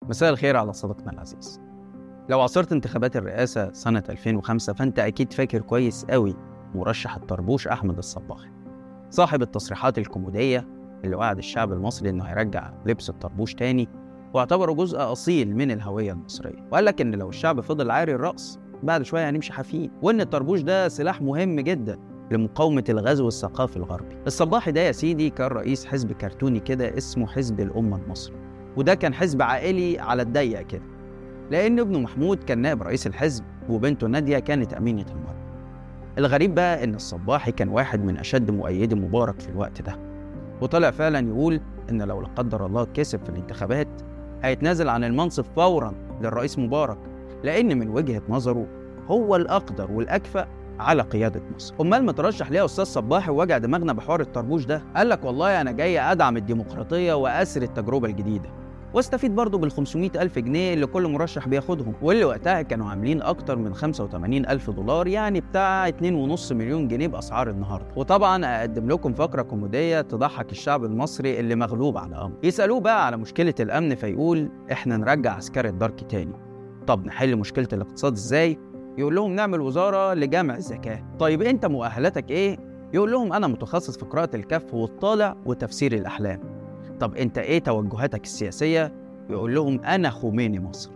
مساء الخير على صديقنا العزيز. لو عاصرت انتخابات الرئاسة سنة 2005 فأنت أكيد فاكر كويس قوي مرشح الطربوش أحمد الصباحي، صاحب التصريحات الكوميدية اللي وعد الشعب المصري إنه هيرجع لبس الطربوش تاني واعتبره جزء أصيل من الهوية المصرية، وقال لك إن لو الشعب فضل عاري الرأس بعد شوية هنمشي حافين، وإن الطربوش ده سلاح مهم جدا لمقاومة الغزو الثقافي الغربي. الصباحي ده يا سيدي كان رئيس حزب كرتوني كده اسمه حزب الأمة المصري، وده كان حزب عائلي على الضيق كده، لأن ابنه محمود كان نائب رئيس الحزب وبنته نادية كانت أمينة المرأة. الغريب بقى إن الصباحي كان واحد من أشد مؤيدي مبارك في الوقت ده، وطلع فعلا يقول إن لو لا قدر الله كسب في الانتخابات هيتنازل عن المنصب فورا للرئيس مبارك، لأن من وجهة نظره هو الأقدر والأكفأ على قيادة مصر. أمال مترشح ليه أستاذ صباحي ووجع دماغنا بحوار الطربوش ده؟ قال لك والله أنا جاي أدعم الديمقراطية وأسر التجربة الجديدة، واستفيد برضه بال500,000 جنيه اللي كل مرشح بياخدهم، واللي وقتها كانوا عاملين أكتر من 85,000 دولار، يعني بتاع 2.5 مليون جنيه بأسعار النهاردة. وطبعا أقدم لكم فقرة كوميدية تضحك الشعب المصري اللي مغلوب على أمره. يسألوه بقى على مشكلة الأمن فيقول إحنا نرجع عسكري الدرك تاني. طب نحل مشكلة الاقتصاد إزاي؟ يقول لهم نعمل وزارة لجمع الزكاة. طيب أنت مؤهلاتك إيه؟ يقول لهم أنا متخصص في قراءة الكف والطالع وتفسير الأحلام. طب أنت إيه توجهاتك السياسية؟ يقول لهم أنا خوميني مصر.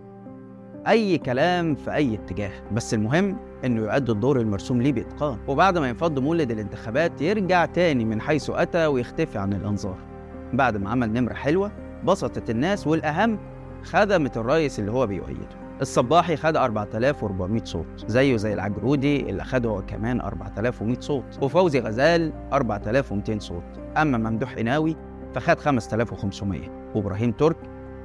أي كلام في أي اتجاه، بس المهم إنه يؤدي الدور المرسوم ليه بإتقان، وبعد ما ينفض مولد الانتخابات يرجع تاني من حيث أتى ويختفي عن الأنظار. بعد ما عمل نمرة حلوة بسطت الناس، والأهم خدمت الرئيس اللي هو بيؤيده. الصباحي خد 4400 صوت، زيه زي العجرودي اللي خده هو كمان 4100 صوت، وفوزي غزال 4200 صوت. أما ممدوح قناوي فخد 5500، وإبراهيم ترك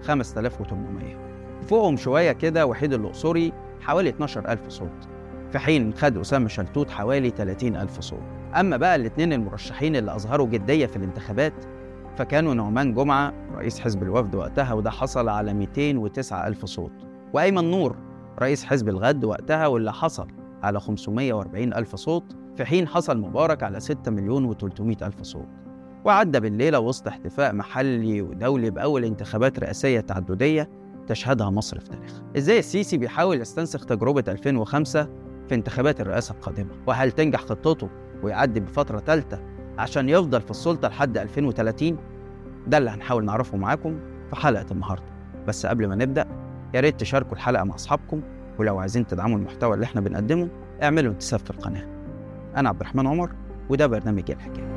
5800. فوقهم شوية كده وحيد الأقصري حوالي 12,000 صوت، في حين خد أسامة شلتوت حوالي 30,000 صوت. أما بقى الاثنين المرشحين اللي أظهروا جدية في الانتخابات فكانوا نعمان جمعة رئيس حزب الوفد وقتها، وده حصل على 209,000 صوت، وأيمن نور رئيس حزب الغد وقتها واللي حصل على 540,000 صوت، في حين حصل مبارك على 6,300,000 صوت. وعدى بالليلة وسط احتفاء محلي ودولي بأول انتخابات رئاسية تعددية تشهدها مصر في تاريخها. إزاي السيسي بيحاول يستنسخ تجربة 2005 في انتخابات الرئاسة القادمة؟ وهل تنجح خطته ويعدي بفترة ثالثة عشان يفضل في السلطة لحد 2030؟ ده اللي هنحاول نعرفه معاكم في حلقة النهاردة. بس قبل ما نبدأ يا ريت تشاركوا الحلقة مع أصحابكم، ولو عايزين تدعموا المحتوى اللي احنا بنقدمه اعملوا انتساب في القناة. أنا عبد الرحمن عمر وده برنامج الحكاية.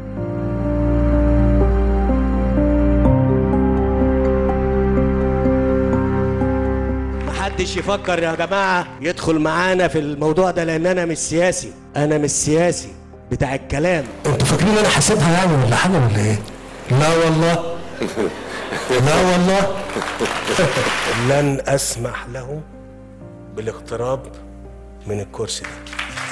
محدش يفكر يا جماعة يدخل معانا في الموضوع ده، لأن أنا مش سياسي، أنا مش سياسي بتاع الكلام. انتوا فاكرين انا حاسبها يعني ولا حاجة ولا ايه؟ لا والله لا والله لن أسمح له بالاقتراب من الكرسي ده.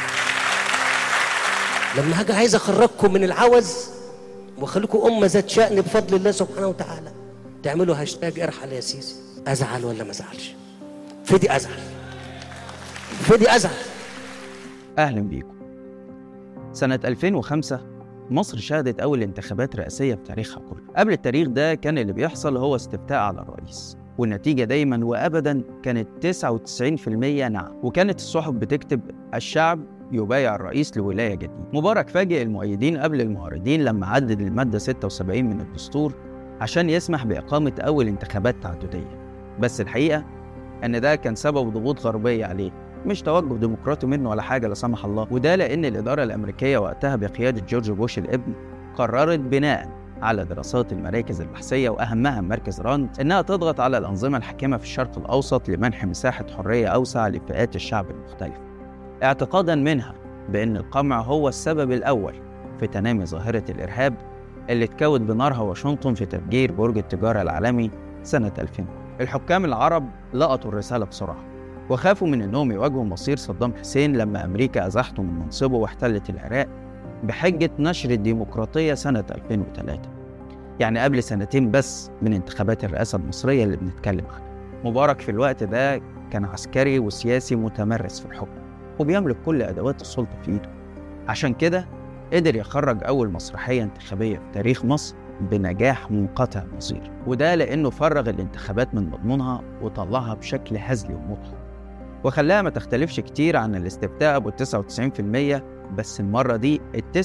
لما هاجي عايز أخرجكم من العوز وأخليكم أمة ذات شأن بفضل الله سبحانه وتعالى، تعملوا هاشتاج ارحل يا سيسي. أزعل ولا ما أزعلش؟ فدي أزعل، فدي أزعل. أهلا بيكم. سنة 2005 مصر شهدت أول انتخابات رئاسية في تاريخها كله. قبل التاريخ ده كان اللي بيحصل هو استفتاء على الرئيس، والنتيجة دايما وأبدا كانت 99% نعم، وكانت الصحف بتكتب الشعب يبايع الرئيس لولاية جديدة. مبارك فاجئ المؤيدين قبل المعارضين لما عدل المادة 76 من الدستور عشان يسمح بإقامة أول انتخابات تعددية، بس الحقيقة أن ده كان سبب ضغوط غربية عليه، مش توجه ديمقراطي منه ولا حاجة لا سمح الله. وده لأن الإدارة الأمريكية وقتها بقيادة جورج بوش الابن قررت بناء على دراسات المراكز البحثية وأهمها مركز راند إنها تضغط على الأنظمة الحاكمة في الشرق الأوسط لمنح مساحة حرية أوسع لفئات الشعب المختلفة، اعتقادا منها بأن القمع هو السبب الأول في تنامي ظاهرة الإرهاب اللي اتكوت بنارها واشنطن في تفجير برج التجارة العالمي سنة 2000. الحكام العرب لقطوا الرسالة بسرعة وخافوا من أنهم يواجهوا مصير صدام حسين لما أمريكا أزاحته من منصبه واحتلت العراق بحجة نشر الديمقراطية سنة 2003، يعني قبل سنتين بس من انتخابات الرئاسة المصرية اللي بنتكلم عنها. مبارك في الوقت ده كان عسكري وسياسي متمرس في الحكم وبيملك كل أدوات السلطة في إيده، عشان كده قدر يخرج أول مسرحية انتخابية في تاريخ مصر بنجاح منقطع النظير، وده لأنه فرغ الانتخابات من مضمونها وطلعها بشكل هزلي ومضحك، وخلاها ما تختلفش كتير عن الاستفتاء أبو 99%، بس المرة دي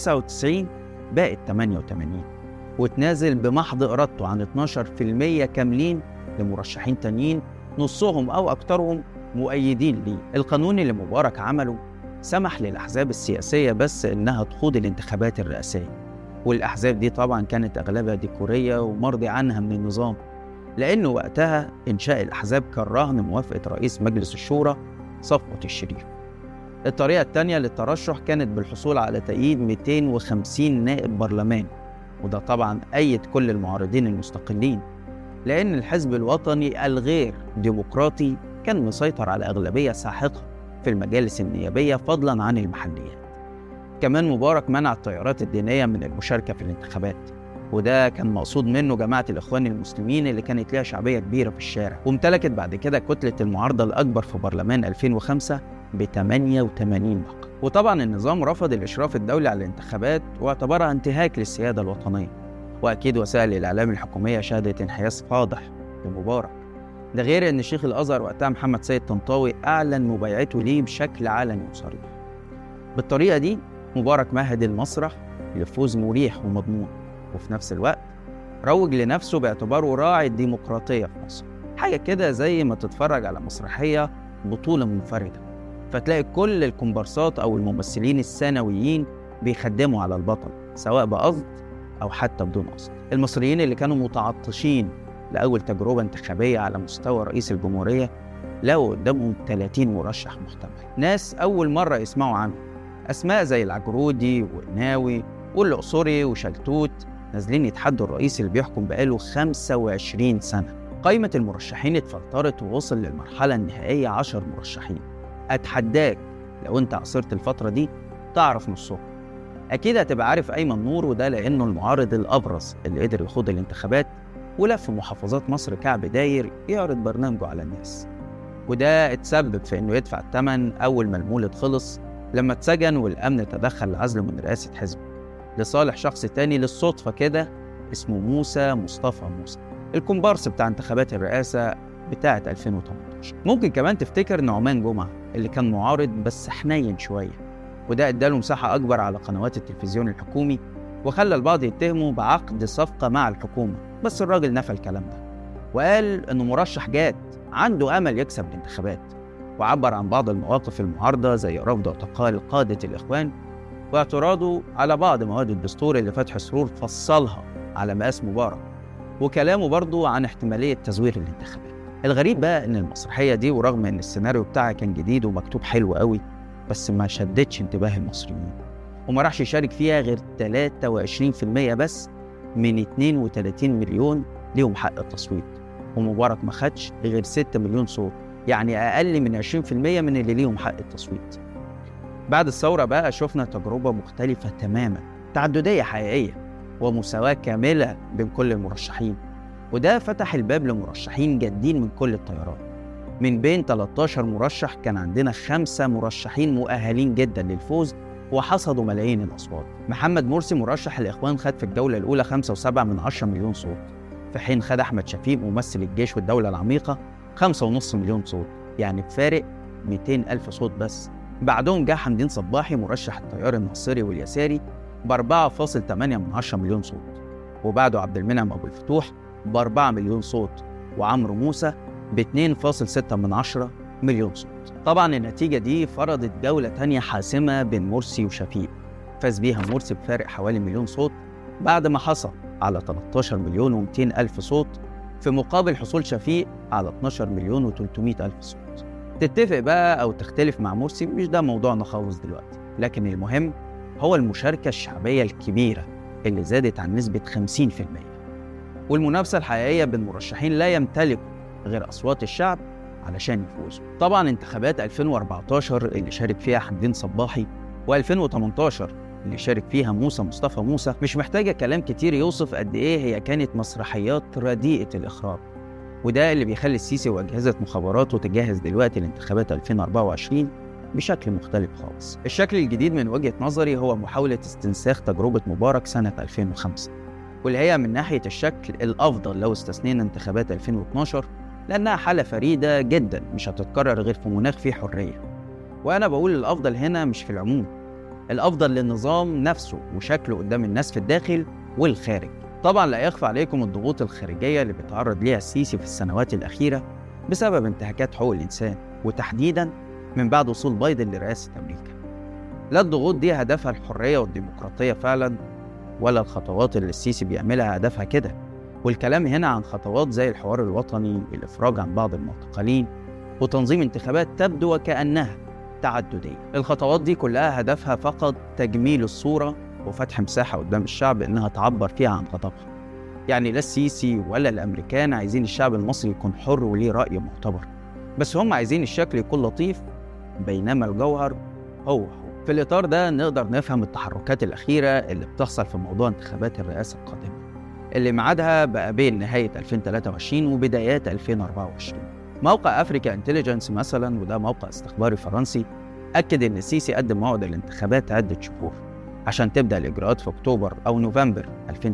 99 بقت 88، وتنازل بمحض إرادته عن 12% كاملين لمرشحين تانيين نصهم أو أكترهم مؤيدين ليه. القانون اللي مبارك عمله سمح للأحزاب السياسية بس إنها تخوض الانتخابات الرئاسية، والأحزاب دي طبعا كانت أغلبها ديكورية ومرضي عنها من النظام، لأنه وقتها إنشاء الأحزاب كان رهن موافقة رئيس مجلس الشورى صفوة الشريف. الطريقة التانية للترشح كانت بالحصول على تأييد 250 نائب برلمان، وده طبعا أيد كل المعارضين المستقلين، لأن الحزب الوطني الغير ديمقراطي كان مسيطر على أغلبية ساحقة في المجالس النيابية فضلا عن المحليات. كمان مبارك منع التيارات الدينية من المشاركة في الانتخابات، وده كان مقصود منه جماعة الإخوان المسلمين اللي كانت لها شعبية كبيرة في الشارع، وامتلكت بعد كده كتلة المعارضة الأكبر في برلمان 2005 ب 88 مقعد. وطبعا النظام رفض الإشراف الدولي على الانتخابات واعتبرها انتهاك للسيادة الوطنية، وأكيد وسائل الإعلام الحكومية شهدت انحياز فاضح لمبارك. ده غير أن شيخ الأزهر وقتها محمد سيد طنطاوي أعلن مبايعته ليه بشكل علني وصريح. بالطريقة دي مبارك مهد المسرح لفوز مريح ومضمون، وفي نفس الوقت روج لنفسه باعتباره راعي الديمقراطية في مصر، حاجة كده زي ما تتفرج على مسرحية بطولة منفردة فتلاقي كل الكومبارسات أو الممثلين الثانويين بيخدموا على البطل سواء بقصد أو حتى بدون قصد. المصريين اللي كانوا متعطشين لأول تجربة انتخابية على مستوى رئيس الجمهورية لقوا قدامهم 30 مرشح محتمل، ناس أول مرة يسمعوا عنه، أسماء زي العجرودي والناوي والأقصري وشلتوت نازلين يتحدوا الرئيس اللي بيحكم بقاله 25 سنة. قائمة المرشحين اتفلترت ووصل للمرحلة النهائية 10 مرشحين. أتحداك لو أنت عصرت الفترة دي تعرف نصهم. أكيد هتبقى عارف أيمن نور، وده لأنه المعارض الأبرز اللي قدر يخوض الانتخابات ولف محافظات مصر كعب داير يعرض برنامجه على الناس، وده اتسبب في إنه يدفع الثمن أول ما المولد خلص لما اتسجن والأمن تدخل لعزله من رئاسة حزبه لصالح شخص تاني للصدفة كده اسمه موسى مصطفى موسى، الكومبارس بتاع انتخابات الرئاسة بتاعة 2018. ممكن كمان تفتكر نعمان جمعة اللي كان معارض بس حنين شوية، وده اداله مساحة أكبر على قنوات التلفزيون الحكومي وخلى البعض يتهمه بعقد صفقة مع الحكومة، بس الراجل نفى الكلام ده وقال إنه مرشح جاد عنده أمل يكسب الانتخابات، وعبر عن بعض المواقف المعارضة زي رفض اعتقال قادة الإخوان واعتراضه على بعض مواد الدستور اللي فتحي سرور فصلها على مقاس مبارك، وكلامه برضو عن احتمالية تزوير الانتخابات. الغريب بقى إن المسرحية دي ورغم إن السيناريو بتاعها كان جديد ومكتوب حلو قوي بس ما شدتش انتباه المصريين، وما راحش يشارك فيها غير 23% بس من 32 مليون ليهم حق التصويت، ومبارك ما خدش غير 6 مليون صوت، يعني أقل من 20% من اللي ليهم حق التصويت. بعد الثورة بقى شفنا تجربة مختلفة تماما، تعددية حقيقية ومساواة كاملة بين كل المرشحين، وده فتح الباب لمرشحين جادين من كل التيارات. من بين 13 مرشح كان عندنا 5 مرشحين مؤهلين جدا للفوز وحصدوا ملايين الأصوات. محمد مرسي مرشح الإخوان خد في الجولة الأولى 5.7 مليون صوت، في حين خد أحمد شفيق ممثل الجيش والدولة العميقة 5.5 مليون صوت، يعني بفارق 200,000 صوت بس. بعدهم جه حمدين صباحي مرشح التيار الناصري واليساري ب4.8 مليون صوت، وبعده عبد المنعم أبو الفتوح ب4 مليون صوت، وعمرو موسى ب2.6 مليون صوت. طبعا النتيجة دي فرضت جولة تانية حاسمة بين مرسي وشفيق، فاز بيها مرسي بفارق حوالي 1 مليون صوت بعد ما حصل على 13,200,000 صوت في مقابل حصول شفيق على 12,300,000 صوت. تتفق بقى أو تختلف مع مرسي مش ده موضوعنا خالص دلوقتي، لكن المهم هو المشاركة الشعبية الكبيرة اللي زادت عن نسبة 50%، والمنافسة الحقيقية بين مرشحين لا يمتلكوا غير أصوات الشعب علشان يفوزوا. طبعا انتخابات 2014 اللي شارك فيها حمدين صباحي و2018 اللي شارك فيها موسى مصطفى موسى مش محتاجة كلام كتير يوصف قد إيه هي كانت مسرحيات رديئة الإخراج، وده اللي بيخلي السيسي وأجهزة مخابراته تجهز دلوقتي الانتخابات 2024 بشكل مختلف خالص. الشكل الجديد من وجهة نظري هو محاولة استنساخ تجربة مبارك سنة 2005، واللي هي من ناحية الشكل الأفضل لو استثنينا انتخابات 2012 لأنها حالة فريدة جدا مش هتتكرر غير في مناخ فيه حرية. وأنا بقول الأفضل هنا مش في العموم، الأفضل للنظام نفسه وشكله قدام الناس في الداخل والخارج. طبعا لا يخفى عليكم الضغوط الخارجية اللي بيتعرض ليها السيسي في السنوات الأخيرة بسبب انتهاكات حقوق الإنسان، وتحديدا من بعد وصول بايدن لرئاسة أمريكا. لا الضغوط دي هدفها الحرية والديمقراطية فعلا، ولا الخطوات اللي السيسي بيعملها هدفها كده. والكلام هنا عن خطوات زي الحوار الوطني، الإفراج عن بعض المعتقلين، وتنظيم انتخابات تبدو وكأنها تعددية. الخطوات دي كلها هدفها فقط تجميل الصورة وفتح مساحة قدام الشعب إنها تعبر فيها عن غضبها. يعني لا السيسي ولا الأمريكان عايزين الشعب المصري يكون حر وليه رأي معتبر، بس هم عايزين الشكل يكون لطيف بينما الجوهر هو. في الإطار ده نقدر نفهم التحركات الأخيرة اللي بتحصل في موضوع انتخابات الرئاسة القادمة اللي ميعادها بقى بين نهاية 2023 وبدايات 2024. موقع أفريكا انتليجنس مثلا، وده موقع استخباري فرنسي، أكد إن السيسي قدم موعد الانتخابات عدة شهور عشان تبدأ الإجراءات في أكتوبر أو نوفمبر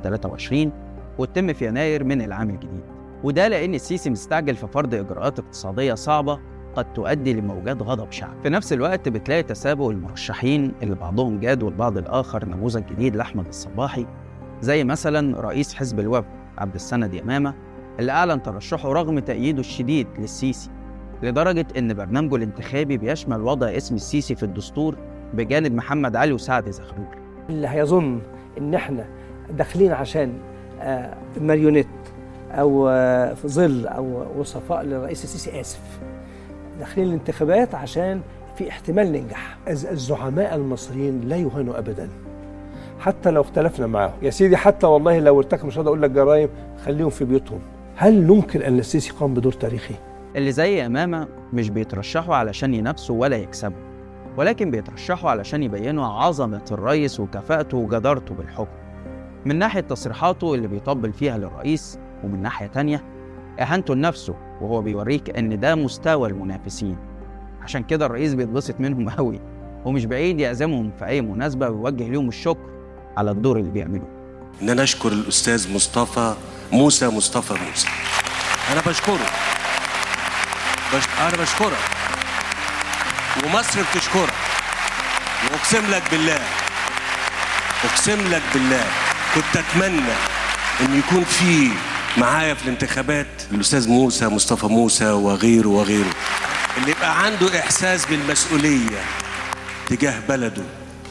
2023 وتتم في يناير من العام الجديد. وده لأن السيسي مستعجل في فرض إجراءات اقتصادية صعبة قد تؤدي لموجات غضب شعب. في نفس الوقت بتلاقي تسابق المرشحين اللي بعضهم جاد والبعض الآخر نموذج جديد لأحمد الصباحي، زي مثلا رئيس حزب الوفد عبد السند يمامة اللي أعلن ترشحه رغم تأييده الشديد للسيسي، لدرجة إن برنامجه الانتخابي بيشمل وضع اسم السيسي في الدستور بجانب محمد علي وسعد زغلول. اللي هيظن إن إحنا داخلين عشان ماريونيت أو في ظل أو وصفاء للرئيس السيسي، آسف، داخلين الانتخابات عشان في احتمال ننجح. الزعماء المصريين لا يهانوا أبدا حتى لو اختلفنا معاهم يا سيدي، حتى والله لو ارتكبوا مش هقدر أقول لك جرائم، خليهم في بيوتهم. هل ننكر أن السيسي قام بدور تاريخي؟ اللي زي إمامة مش بيترشحوا علشان ينافسوا ولا يكسبوا، ولكن بيترشحوا علشان يبينوا عظمة الرئيس وكفاءته وجدارته بالحكم، من ناحية تصريحاته اللي بيطبل فيها للرئيس، ومن ناحية تانية إهانته لنفسه وهو بيوريك إن ده مستوى المنافسين. عشان كده الرئيس بيتبسط منهم قوي، ومش بعيد يعزمهم في أي مناسبة ويوجه لهم الشكر على الدور اللي بيعملوه. إن أنا أشكر الأستاذ مصطفى موسى. أنا بشكره، أنا بشكرك ومصر بتشكرك، وأقسم لك بالله كنت أتمنى إن يكون في معايا في الانتخابات الأستاذ مصطفى موسى وغيره اللي يبقى عنده إحساس بالمسؤولية تجاه بلده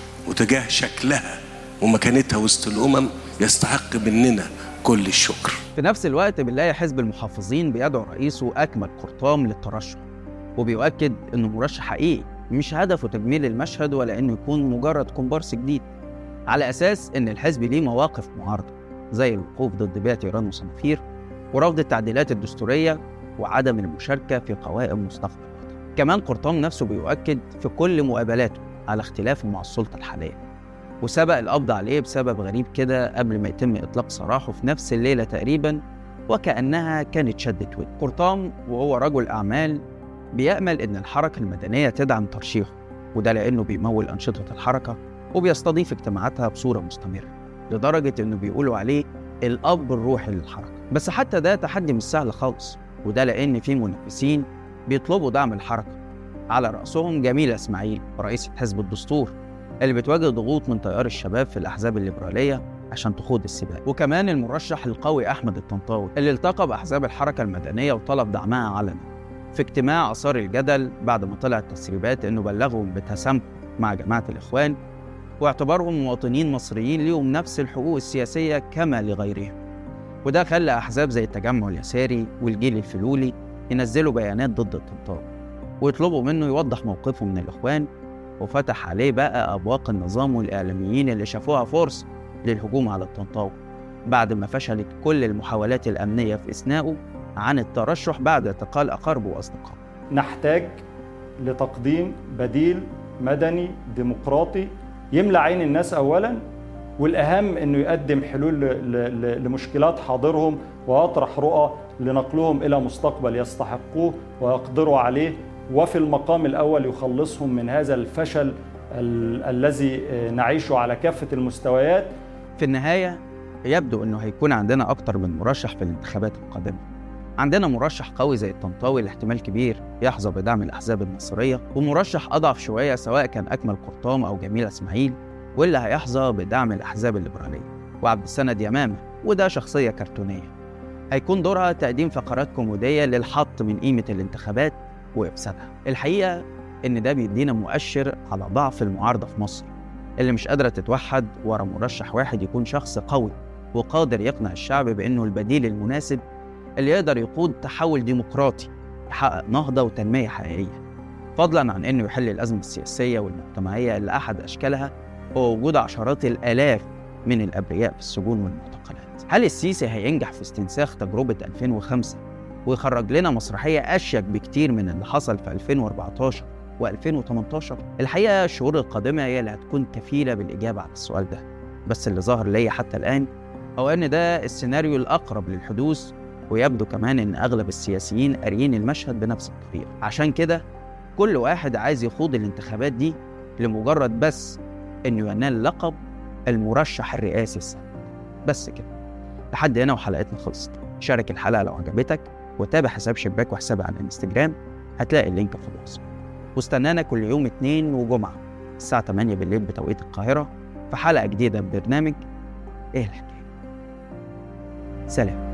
وتجاه شكلها ومكانتها وسط الأمم، يستحق مننا كل الشكر. في نفس الوقت بنلاقي حزب المحافظين بيدعو رئيسه أكمل قرطام للترشح، وبيؤكد إنه مرشح حقيقي مش هدفه تجميل المشهد ولا إنه يكون مجرد كومبارس جديد، على أساس إن الحزب ليه مواقف معارضة زي الوقوف ضد بيع تيران وصنافير ورفض التعديلات الدستورية وعدم المشاركة في قوائم مستقبل الوطن. كمان قرطام نفسه بيؤكد في كل مقابلاته على اختلافه مع السلطة الحالية، وسبق القبض عليه بسبب غريب كده قبل ما يتم إطلاق سراحه في نفس الليلة تقريبا وكأنها كانت شدة ود. قرطام وهو رجل أعمال بيأمل إن الحركة المدنية تدعم ترشيحه، وده لأنه بيمول أنشطة الحركة وبيستضيف اجتماعاتها بصورة مستمرة، لدرجة إنه بيقولوا عليه الأب الروحي للحركة. بس حتى ده تحدي مش سهل خالص، وده لأن في منافسين بيطلبوا دعم الحركة، على رأسهم جميلة إسماعيل رئيسة حزب الدستور اللي بتواجه ضغوط من تيار الشباب في الأحزاب الليبرالية عشان تخوض السباق، وكمان المرشح القوي أحمد الطنطاوي اللي التقى بأحزاب الحركة المدنية وطلب دعمها علنا في اجتماع أثار الجدل بعد ما طلعت تسريبات إنه بلغهم بتسامح مع جماعة الإخوان واعتبارهم مواطنين مصريين ليهم نفس الحقوق السياسية كما لغيرهم. وده خلى أحزاب زي التجمع اليساري والجيل الفلولي ينزلوا بيانات ضد الطنطاوي ويطلبوا منه يوضح موقفه من الإخوان، وفتح عليه بقى أبواق النظام والإعلاميين اللي شافوها فرصة للهجوم على الطنطاوي بعد ما فشلت كل المحاولات الأمنية في إثنائه عن الترشح بعد اعتقال أقاربه وأصدقائه. نحتاج لتقديم بديل مدني ديمقراطي يملى عين الناس أولاً، والأهم أنه يقدم حلول لمشكلات حاضرهم ويطرح رؤى لنقلهم إلى مستقبل يستحقوه ويقدروا عليه، وفي المقام الأول يخلصهم من هذا الفشل الذي نعيشه على كافة المستويات. في النهاية يبدو إنه هيكون عندنا أكتر من مرشح في الانتخابات القادمة. عندنا مرشح قوي زي الطنطاوي اللي احتمال كبير يحظى بدعم الأحزاب النصرية، ومرشح أضعف شوية سواء كان أكمل قرطام أو جميل إسماعيل واللي هيحظى بدعم الأحزاب الليبرالية، وعبد السند يمامة وده شخصية كرتونية هيكون دورها تقديم فقرات كوميدية للحط من قيمة الانتخابات وإفسادها. الحقيقة إن ده بيدينا مؤشر على ضعف المعارضة في مصر اللي مش قادرة تتوحد ورا مرشح واحد يكون شخص قوي وقادر يقنع الشعب بأنه البديل المناسب اللي يقدر يقود تحول ديمقراطي يحقق نهضة وتنمية حقيقية، فضلاً عن أنه يحل الأزمة السياسية والمجتمعية اللي أحد أشكالها هو وجود عشرات الآلاف من الأبرياء في السجون والمعتقلات. هل السيسي هينجح في استنساخ تجربة 2005 ويخرج لنا مسرحية أشيك بكتير من اللي حصل في 2014 و2018؟ الحقيقة الشهور القادمة هي اللي هتكون كفيلة بالإجابة على السؤال ده، بس اللي ظاهر ليا حتى الآن هو أن ده السيناريو الأقرب للحدوث، ويبدو كمان أن أغلب السياسيين قاريين المشهد بنفس الطريقة. عشان كده كل واحد عايز يخوض الانتخابات دي لمجرد بس أنه ينال لقب المرشح الرئاسي السابق. بس كده، لحد هنا وحلقتنا خلصت. شارك الحلقة لو عجبتك وتابع حساب شباك وحسابي على الانستجرام، هتلاقي اللينك في الوصف. واستنانا كل يوم اثنين وجمعة الساعة 8 بالليل بتوقيت القاهرة في حلقة جديدة من برنامج إيه الحكاية. سلام.